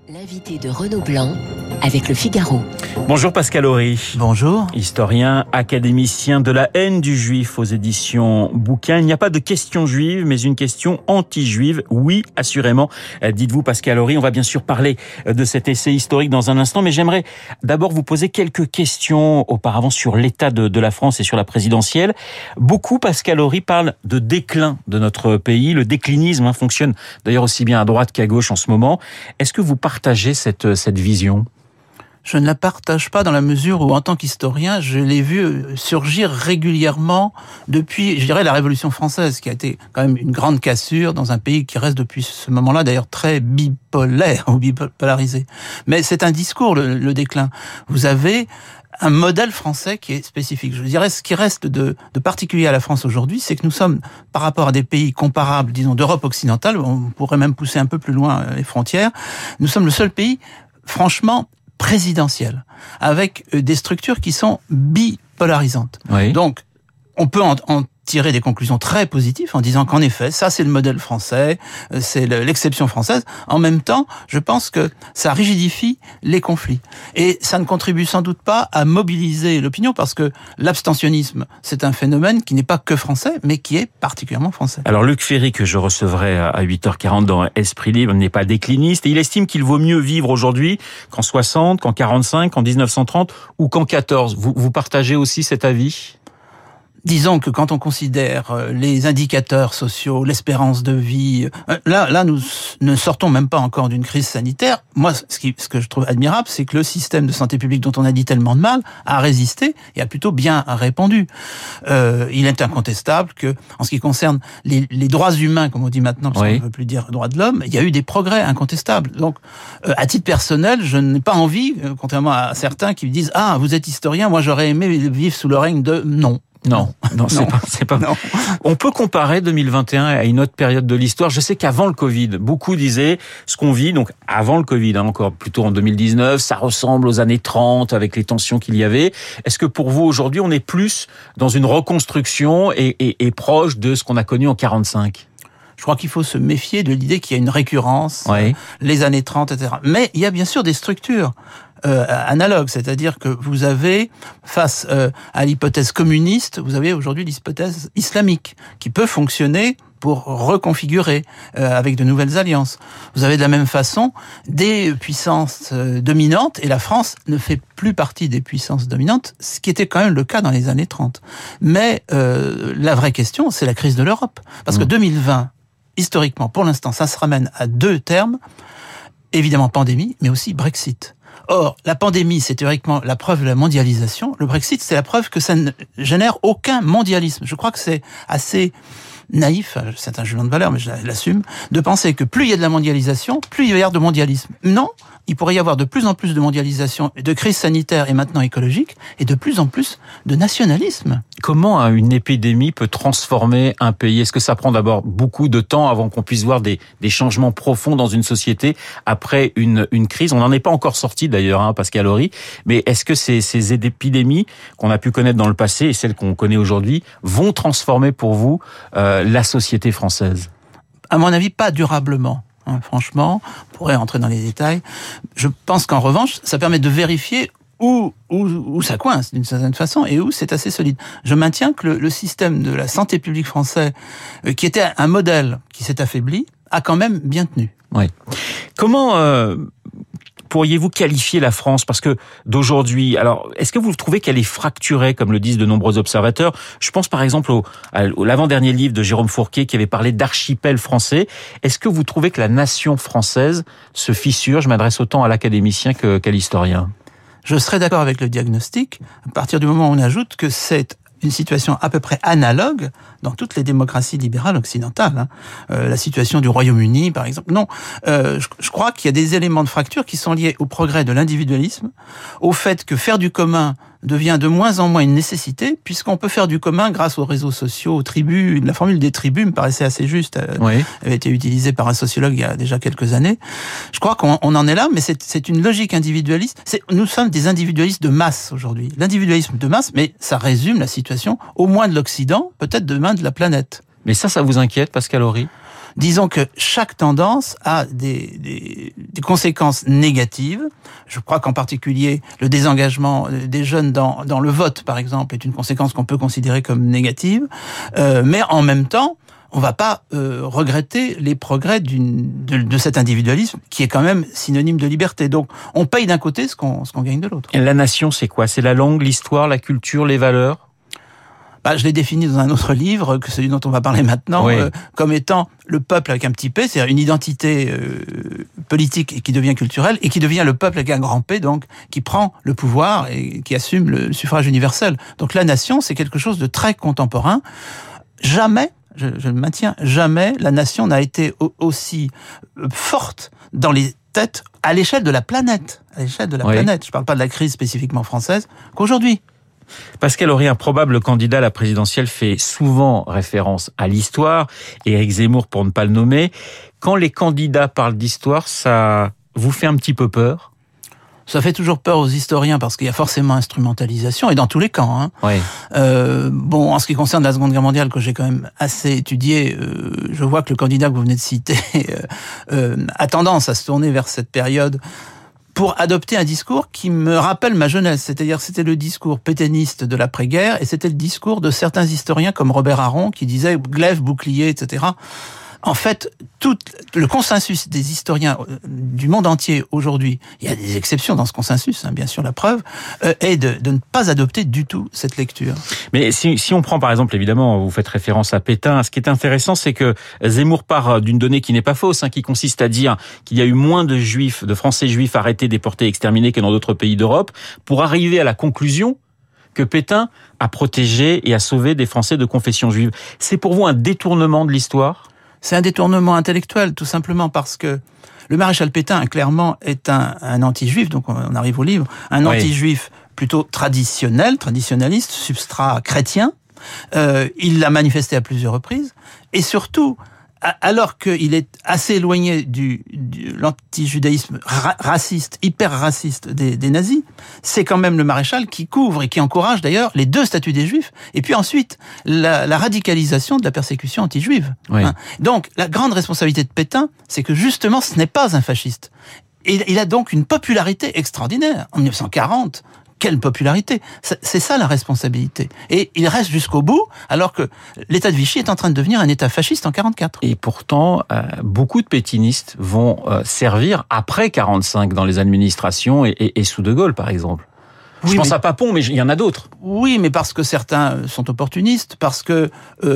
L'invité de Renaud Blanc avec Le Figaro. Bonjour Pascal Horry. Bonjour. Historien, académicien de la haine du juif aux éditions Bouquin. Il n'y a pas de question juive, mais une question anti-juive. Oui, assurément. Dites-vous Pascal Horry, on va bien sûr parler de cet essai historique dans un instant, mais j'aimerais d'abord vous poser quelques questions auparavant sur l'état de la France et sur la présidentielle. Beaucoup, Pascal Horry, parlent de déclin de notre pays. Le déclinisme fonctionne d'ailleurs aussi bien à droite qu'à gauche en ce moment. Est-ce que vous partagez cette vision ? Je ne la partage pas dans la mesure où, en tant qu'historien, je l'ai vu surgir régulièrement depuis, je dirais, la Révolution française, qui a été quand même une grande cassure dans un pays qui reste depuis ce moment-là, d'ailleurs, très bipolaire ou bipolarisé. Mais c'est un discours, le déclin. Vous avez un modèle français qui est spécifique. Je dirais, ce qui reste de particulier à la France aujourd'hui, c'est que nous sommes, par rapport à des pays comparables, disons, d'Europe occidentale, on pourrait même pousser un peu plus loin les frontières, nous sommes le seul pays, franchement, présidentiel, avec des structures qui sont bipolarisantes. Oui. Donc, on peut en tirer des conclusions très positives en disant qu'en effet, ça c'est le modèle français, c'est l'exception française. En même temps, je pense que ça rigidifie les conflits. Et ça ne contribue sans doute pas à mobiliser l'opinion, parce que l'abstentionnisme, c'est un phénomène qui n'est pas que français, mais qui est particulièrement français. Alors Luc Ferry, que je recevrai à 8h40 dans Esprit Libre, n'est pas décliniste, et il estime qu'il vaut mieux vivre aujourd'hui qu'en 60, qu'en 45, qu'en 1930 ou qu'en 14. Vous partagez aussi cet avis ? Disons que quand on considère les indicateurs sociaux, l'espérance de vie, là, nous ne sortons même pas encore d'une crise sanitaire. Moi, ce que je trouve admirable, c'est que le système de santé publique dont on a dit tellement de mal a résisté et a plutôt bien répondu. Il est incontestable que, en ce qui concerne les droits humains, comme on dit maintenant, parce qu'on ne veut plus dire droits de l'homme, il y a eu des progrès incontestables. Donc, à titre personnel, je n'ai pas envie, contrairement à certains qui me disent « Ah, vous êtes historien, moi j'aurais aimé vivre sous le règne de... » Non. Non, c'est pas. Non. On peut comparer 2021 à une autre période de l'histoire. Je sais qu'avant le Covid, beaucoup disaient ce qu'on vit, donc avant le Covid, encore plutôt en 2019, ça ressemble aux années 30 avec les tensions qu'il y avait. Est-ce que pour vous aujourd'hui, on est plus dans une reconstruction et proche de ce qu'on a connu en 45 ? Je crois qu'il faut se méfier de l'idée qu'il y a une récurrence, oui. Les années 30, etc. Mais il y a bien sûr des structures analogues, c'est-à-dire que vous avez, face à l'hypothèse communiste, vous avez aujourd'hui l'hypothèse islamique, qui peut fonctionner pour reconfigurer avec de nouvelles alliances. Vous avez de la même façon des puissances dominantes, et la France ne fait plus partie des puissances dominantes, ce qui était quand même le cas dans les années 30. Mais la vraie question, c'est la crise de l'Europe. Parce que 2020, historiquement, pour l'instant, ça se ramène à deux termes, évidemment pandémie, mais aussi Brexit. Or, la pandémie, c'est théoriquement la preuve de la mondialisation. Le Brexit, c'est la preuve que ça ne génère aucun mondialisme. Je crois que c'est assez naïf, c'est un jugement de valeur, mais je l'assume, de penser que plus il y a de la mondialisation, plus il va y avoir de mondialisme. Non, il pourrait y avoir de plus en plus de mondialisation, de crise sanitaire et maintenant écologique, et de plus en plus de nationalisme. Comment une épidémie peut transformer un pays ? Est-ce que ça prend d'abord beaucoup de temps avant qu'on puisse voir des changements profonds dans une société après une crise ? On n'en est pas encore sorti d'ailleurs, Pascal Horry, mais est-ce que ces épidémies qu'on a pu connaître dans le passé et celles qu'on connaît aujourd'hui vont transformer pour vous la société française ? À mon avis, pas durablement. Franchement, on pourrait entrer dans les détails. Je pense qu'en revanche, ça permet de vérifier où ça coince d'une certaine façon et où c'est assez solide. Je maintiens que le système de la santé publique français, qui était un modèle qui s'est affaibli, a quand même bien tenu. Oui. Comment pourriez-vous qualifier la France, parce que d'aujourd'hui, alors est-ce que vous trouvez qu'elle est fracturée, comme le disent de nombreux observateurs ? Je pense par exemple au l'avant-dernier livre de Jérôme Fourquet qui avait parlé d'archipel français. Est-ce que vous trouvez que la nation française se fissure ? Je m'adresse autant à l'académicien qu'à l'historien. Je serais d'accord avec le diagnostic, à partir du moment où on ajoute que c'est une situation à peu près analogue dans toutes les démocraties libérales occidentales. La situation du Royaume-Uni, par exemple. Non, je crois qu'il y a des éléments de fracture qui sont liés au progrès de l'individualisme, au fait que faire du commun devient de moins en moins une nécessité, puisqu'on peut faire du commun grâce aux réseaux sociaux, aux tribus. La formule des tribus me paraissait assez juste. Elle avait été utilisée par un sociologue il y a déjà quelques années. Je crois qu'on en est là, mais c'est une logique individualiste. Nous sommes des individualistes de masse aujourd'hui. L'individualisme de masse, mais ça résume la situation, au moins de l'Occident, peut-être demain de la planète. Mais ça vous inquiète, Pascal Horry ? disons que chaque tendance a des conséquences négatives. Je crois qu'en particulier, le désengagement des jeunes dans le vote, par exemple, est une conséquence qu'on peut considérer comme négative. Mais en même temps, on va pas regretter les progrès de cet individualisme qui est quand même synonyme de liberté. Donc, on paye d'un côté ce qu'on gagne de l'autre. Et la nation, c'est quoi? C'est la langue, l'histoire, la culture, les valeurs? Je l'ai défini dans un autre livre que celui dont on va parler maintenant, oui. Comme étant le peuple avec un petit p, c'est-à-dire une identité politique et qui devient culturelle, et qui devient le peuple avec un grand P, donc qui prend le pouvoir et qui assume le suffrage universel. Donc la nation, c'est quelque chose de très contemporain. Jamais, je le maintiens, jamais la nation n'a été aussi forte dans les têtes à l'échelle de la planète. À l'échelle de la planète. Je ne parle pas de la crise spécifiquement française, qu'aujourd'hui. Pascal Horry, un probable candidat à la présidentielle, fait souvent référence à l'histoire, et Éric Zemmour pour ne pas le nommer. Quand les candidats parlent d'histoire, ça vous fait un petit peu peur? Ça fait toujours peur aux historiens parce qu'il y a forcément instrumentalisation, et dans tous les camps. Hein. Oui. En ce qui concerne la Seconde Guerre mondiale, que j'ai quand même assez étudié, je vois que le candidat que vous venez de citer a tendance à se tourner vers cette période pour adopter un discours qui me rappelle ma jeunesse. C'est-à-dire, c'était le discours pétainiste de l'après-guerre, et c'était le discours de certains historiens comme Robert Aron, qui disait glaive, bouclier, etc. En fait, tout le consensus des historiens du monde entier aujourd'hui, il y a des exceptions dans ce consensus, bien sûr, la preuve, est de ne pas adopter du tout cette lecture. Mais si on prend par exemple, évidemment, vous faites référence à Pétain, ce qui est intéressant, c'est que Zemmour part d'une donnée qui n'est pas fausse, qui consiste à dire qu'il y a eu moins de juifs, de Français juifs arrêtés, déportés, exterminés que dans d'autres pays d'Europe, pour arriver à la conclusion que Pétain a protégé et a sauvé des Français de confession juive. C'est pour vous un détournement de l'histoire ? C'est un détournement intellectuel, tout simplement parce que le maréchal Pétain, clairement, est un anti-juif, donc on arrive au livre, un anti-juif plutôt traditionnaliste, substrat chrétien. Il l'a manifesté à plusieurs reprises, et surtout, alors qu'il est assez éloigné de l'antijudaïsme raciste, hyper raciste des nazis, c'est quand même le maréchal qui couvre et qui encourage d'ailleurs les deux statuts des juifs, et puis ensuite la radicalisation de la persécution anti-juive. Oui. Donc la grande responsabilité de Pétain, c'est que justement ce n'est pas un fasciste. Et il a donc une popularité extraordinaire. En 1940, quelle popularité! C'est ça la responsabilité. Et il reste jusqu'au bout, alors que l'État de Vichy est en train de devenir un État fasciste en 1944. Et pourtant, beaucoup de pétinistes vont servir après 1945 dans les administrations et sous De Gaulle, par exemple. Je pense à Papon, mais il y en a d'autres. Oui, mais parce que certains sont opportunistes, parce que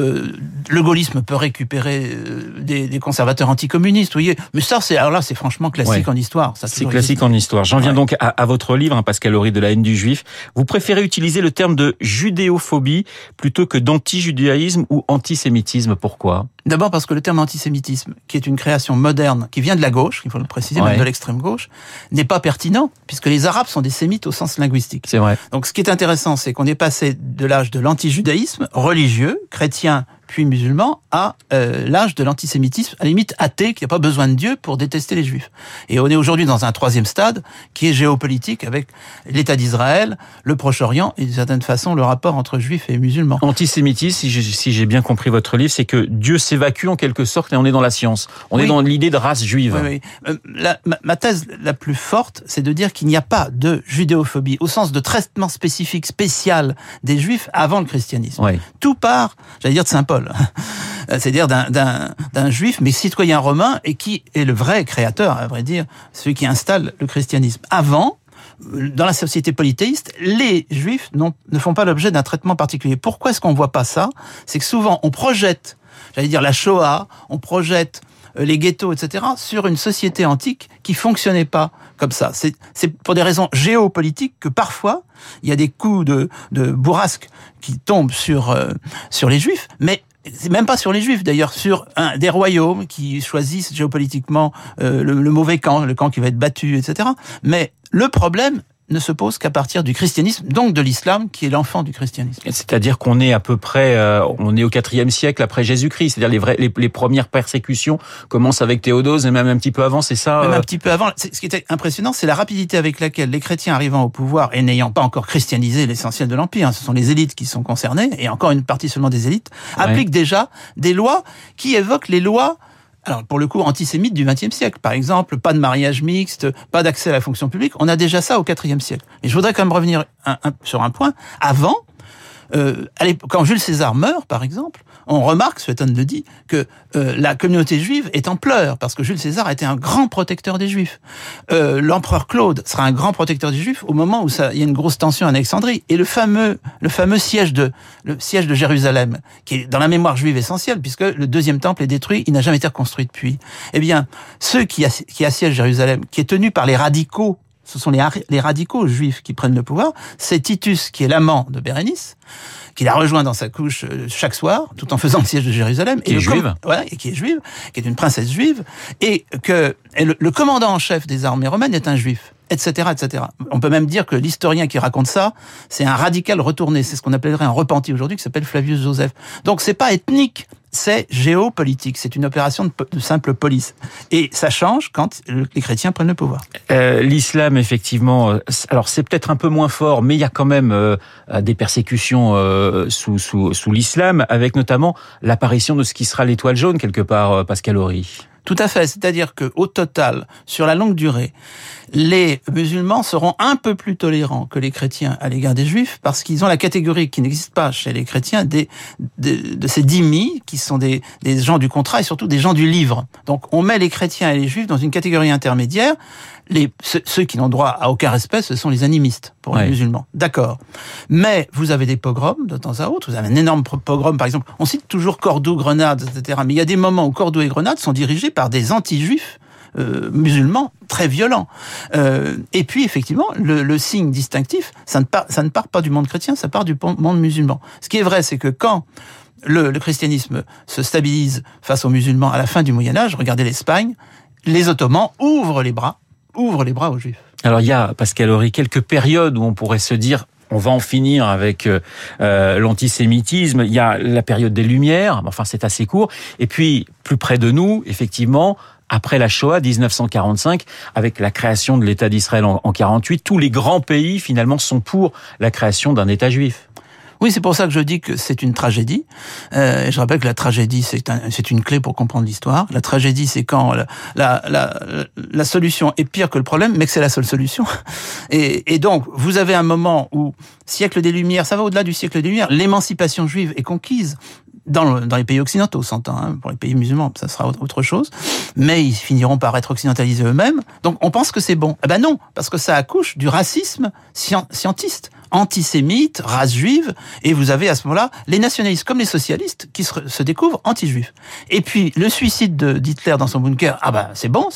le gaullisme peut récupérer des conservateurs anticommunistes, vous voyez. Mais ça, c'est franchement classique en histoire. C'est classique en histoire. J'en viens donc à votre livre, Pascal Horry, de la haine du juif. Vous préférez utiliser le terme de judéophobie plutôt que d'anti-judaïsme ou antisémitisme. Pourquoi ? D'abord parce que le terme antisémitisme, qui est une création moderne, qui vient de la gauche, il faut le préciser, même de l'extrême gauche, n'est pas pertinent, puisque les Arabes sont des sémites au sens linguistique. C'est vrai. Donc ce qui est intéressant, c'est qu'on est passé de l'âge de l'antijudaïsme, religieux, chrétien, puis musulman, à l'âge de l'antisémitisme, à la limite athée, qui n'a pas besoin de Dieu pour détester les Juifs. Et on est aujourd'hui dans un troisième stade, qui est géopolitique, avec l'État d'Israël, le Proche-Orient, et d'une certaine façon, le rapport entre Juifs et musulmans. Antisémitisme, si j'ai bien compris votre livre, c'est que Dieu s'évacue en quelque sorte, et on est dans la science. On est dans l'idée de race juive. Oui. Ma thèse la plus forte, c'est de dire qu'il n'y a pas de judéophobie, au sens de traitement spécifique, spécial des Juifs avant le christianisme. Oui. Tout part, j'allais dire de Saint Paul, c'est-à-dire d'un juif, mais citoyen romain, et qui est le vrai créateur, à vrai dire, celui qui installe le christianisme. Avant, dans la société polythéiste, les juifs ne font pas l'objet d'un traitement particulier. Pourquoi est-ce qu'on voit pas ça ? C'est que souvent, on projette, j'allais dire la Shoah, on projette les ghettos, etc., sur une société antique qui fonctionnait pas comme ça. C'est pour des raisons géopolitiques que parfois, il y a des coups de bourrasque qui tombent sur les Juifs, mais c'est même pas sur les Juifs d'ailleurs, sur des royaumes qui choisissent géopolitiquement le mauvais camp, le camp qui va être battu, etc. Mais le problème ne se pose qu'à partir du christianisme, donc de l'islam, qui est l'enfant du christianisme. C'est-à-dire qu'on est à peu près, on est au IVe siècle après Jésus-Christ. C'est-à-dire les premières persécutions commencent avec Théodose et même un petit peu avant, c'est ça Même un petit peu avant. Ce qui était impressionnant, c'est la rapidité avec laquelle les chrétiens arrivant au pouvoir et n'ayant pas encore christianisé l'essentiel de l'Empire, ce sont les élites qui sont concernées, et encore une partie seulement des élites, appliquent déjà des lois qui évoquent les lois alors pour le coup antisémites du XXe siècle. Par exemple, pas de mariage mixte, pas d'accès à la fonction publique. On a déjà ça au IVe siècle. Et je voudrais quand même revenir sur un point. Avant, quand Jules César meurt, par exemple, on remarque, Suétone le dit, que la communauté juive est en pleurs, parce que Jules César était un grand protecteur des Juifs. L'empereur Claude sera un grand protecteur des Juifs au moment où il y a une grosse tension en Alexandrie. Et le fameux siège de Jérusalem, qui est dans la mémoire juive essentielle, puisque le deuxième temple est détruit, il n'a jamais été reconstruit depuis. Eh bien, ceux qui assiègent Jérusalem, qui est tenu par les radicaux, ce sont les radicaux juifs qui prennent le pouvoir, c'est Titus, qui est l'amant de Bérénice, qui la rejoint dans sa couche chaque soir, tout en faisant le siège de Jérusalem. Qui est juive. Et qui est juive, qui est une princesse juive, et le commandant en chef des armées romaines est un juif, etc., etc. On peut même dire que l'historien qui raconte ça, c'est un radical retourné, c'est ce qu'on appellerait un repenti aujourd'hui, qui s'appelle Flavius Joseph. Donc c'est pas ethnique, c'est géopolitique, c'est une opération de simple police. Et ça change quand les chrétiens prennent le pouvoir. L'islam, effectivement, alors c'est peut-être un peu moins fort, mais il y a quand même des persécutions sous l'islam, avec notamment l'apparition de ce qui sera l'étoile jaune, quelque part, Pascal Horry. Tout à fait, c'est-à-dire que au total, sur la longue durée, les musulmans seront un peu plus tolérants que les chrétiens à l'égard des juifs, parce qu'ils ont la catégorie qui n'existe pas chez les chrétiens de ces dhimmi, qui sont des gens du contrat et surtout des gens du livre. Donc on met les chrétiens et les juifs dans une catégorie intermédiaire. Ceux qui n'ont droit à aucun respect, ce sont les animistes pour les musulmans. D'accord. Mais vous avez des pogroms de temps à autre. Vous avez un énorme pogrom, par exemple. On cite toujours Cordoue, Grenade, etc. Mais il y a des moments où Cordoue et Grenade sont dirigés par des anti-juifs musulmans très violents. Et puis, effectivement, le signe distinctif, ça ne part pas du monde chrétien, ça part du monde musulman. Ce qui est vrai, c'est que quand le christianisme se stabilise face aux musulmans à la fin du Moyen-Âge, regardez l'Espagne, les Ottomans ouvrent les bras aux Juifs. Alors il y a, Pascal Horry, quelques périodes où on pourrait se dire on va en finir avec l'antisémitisme. Il y a la période des Lumières, enfin c'est assez court. Et puis, plus près de nous, effectivement, après la Shoah, 1945, avec la création de l'État d'Israël en 48, tous les grands pays, finalement, sont pour la création d'un État juif. Oui, c'est pour ça que je dis que c'est une tragédie. Je rappelle que la tragédie, c'est une clé pour comprendre l'histoire. La tragédie, c'est quand la solution est pire que le problème, mais que c'est la seule solution. Et donc, vous avez un moment où, siècle des Lumières, ça va au-delà du siècle des Lumières, l'émancipation juive est conquise. Dans les pays occidentaux, s'entend, hein. Pour les pays musulmans, ça sera autre chose. Mais ils finiront par être occidentalisés eux-mêmes. Donc, on pense que c'est bon. Eh ben non, parce que ça accouche du racisme scientiste, antisémite, race juive, et vous avez à ce moment-là les nationalistes comme les socialistes qui se découvrent anti-juifs. Et puis, le suicide d'Hitler dans son bunker, c'est bon,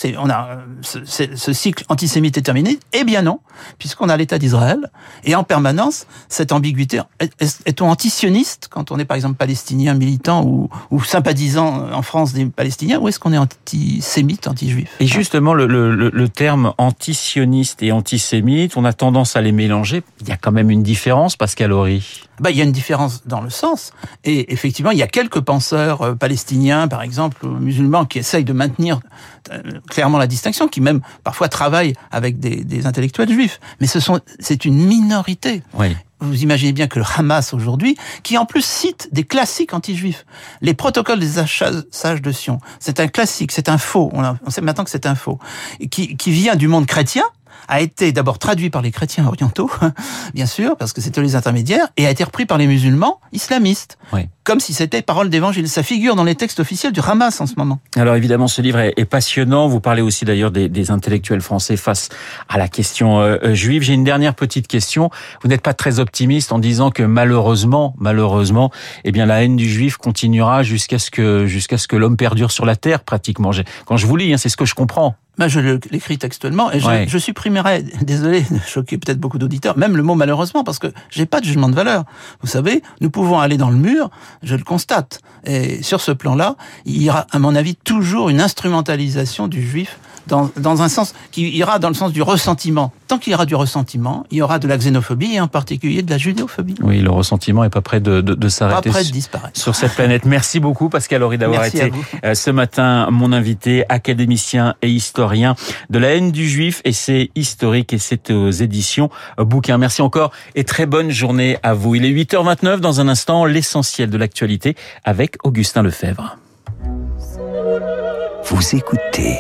ce cycle antisémite est terminé. Eh bien non, puisqu'on a l'État d'Israël, et en permanence, cette ambiguïté, est-on antisioniste quand on est par exemple palestinien, militant ou sympathisant en France des Palestiniens, ou est-ce qu'on est antisémite, anti-juif? Et justement, le terme antisioniste et antisémite, on a tendance à les mélanger. Il y a quand même une différence, Pascal Horry? Il y a une différence dans le sens. Et effectivement, il y a quelques penseurs palestiniens, par exemple, musulmans, qui essayent de maintenir clairement la distinction, qui même parfois travaillent avec des intellectuels juifs. Mais c'est une minorité. Oui. Vous imaginez bien que le Hamas aujourd'hui, qui en plus cite des classiques anti-juifs, les protocoles des sages de Sion, c'est un classique, c'est un faux. On sait maintenant que c'est un faux, qui vient du monde chrétien, a été d'abord traduit par les chrétiens orientaux, bien sûr, parce que c'était les intermédiaires, et a été repris par les musulmans islamistes, comme si c'était parole d'évangile. Ça figure dans les textes officiels du Hamas en ce moment. Alors évidemment, ce livre est passionnant. Vous parlez aussi d'ailleurs des intellectuels français face à la question juive. J'ai une dernière petite question. Vous n'êtes pas très optimiste en disant que malheureusement, eh bien la haine du juif continuera jusqu'à ce que l'homme perdure sur la terre, pratiquement. Quand je vous lis, c'est ce que je comprends. Je l'écris textuellement et je supprimerai, désolé de choquer peut-être beaucoup d'auditeurs, même le mot malheureusement, parce que j'ai pas de jugement de valeur. Vous savez, nous pouvons aller dans le mur, je le constate. Et sur ce plan-là, il y aura, à mon avis, toujours une instrumentalisation du juif dans un sens qui ira dans le sens du ressentiment. Tant qu'il y aura du ressentiment, il y aura de la xénophobie et en particulier de la judéophobie. Oui, le ressentiment est pas prêt de s'arrêter. Pas prêt de disparaître. Sur cette planète. Merci beaucoup, Pascal Horry, d'avoir été ce matin mon invité, académicien et historien de la haine du juif, et c'est historique et c'est aux éditions Bouquin. Merci encore et très bonne journée à vous. Il est 8h29, dans un instant, l'essentiel de l'actualité avec Augustin Lefebvre. Vous écoutez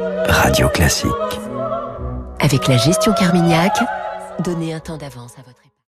Radio Classique. Avec la gestion Carmignac, donnez un temps d'avance à votre épargne.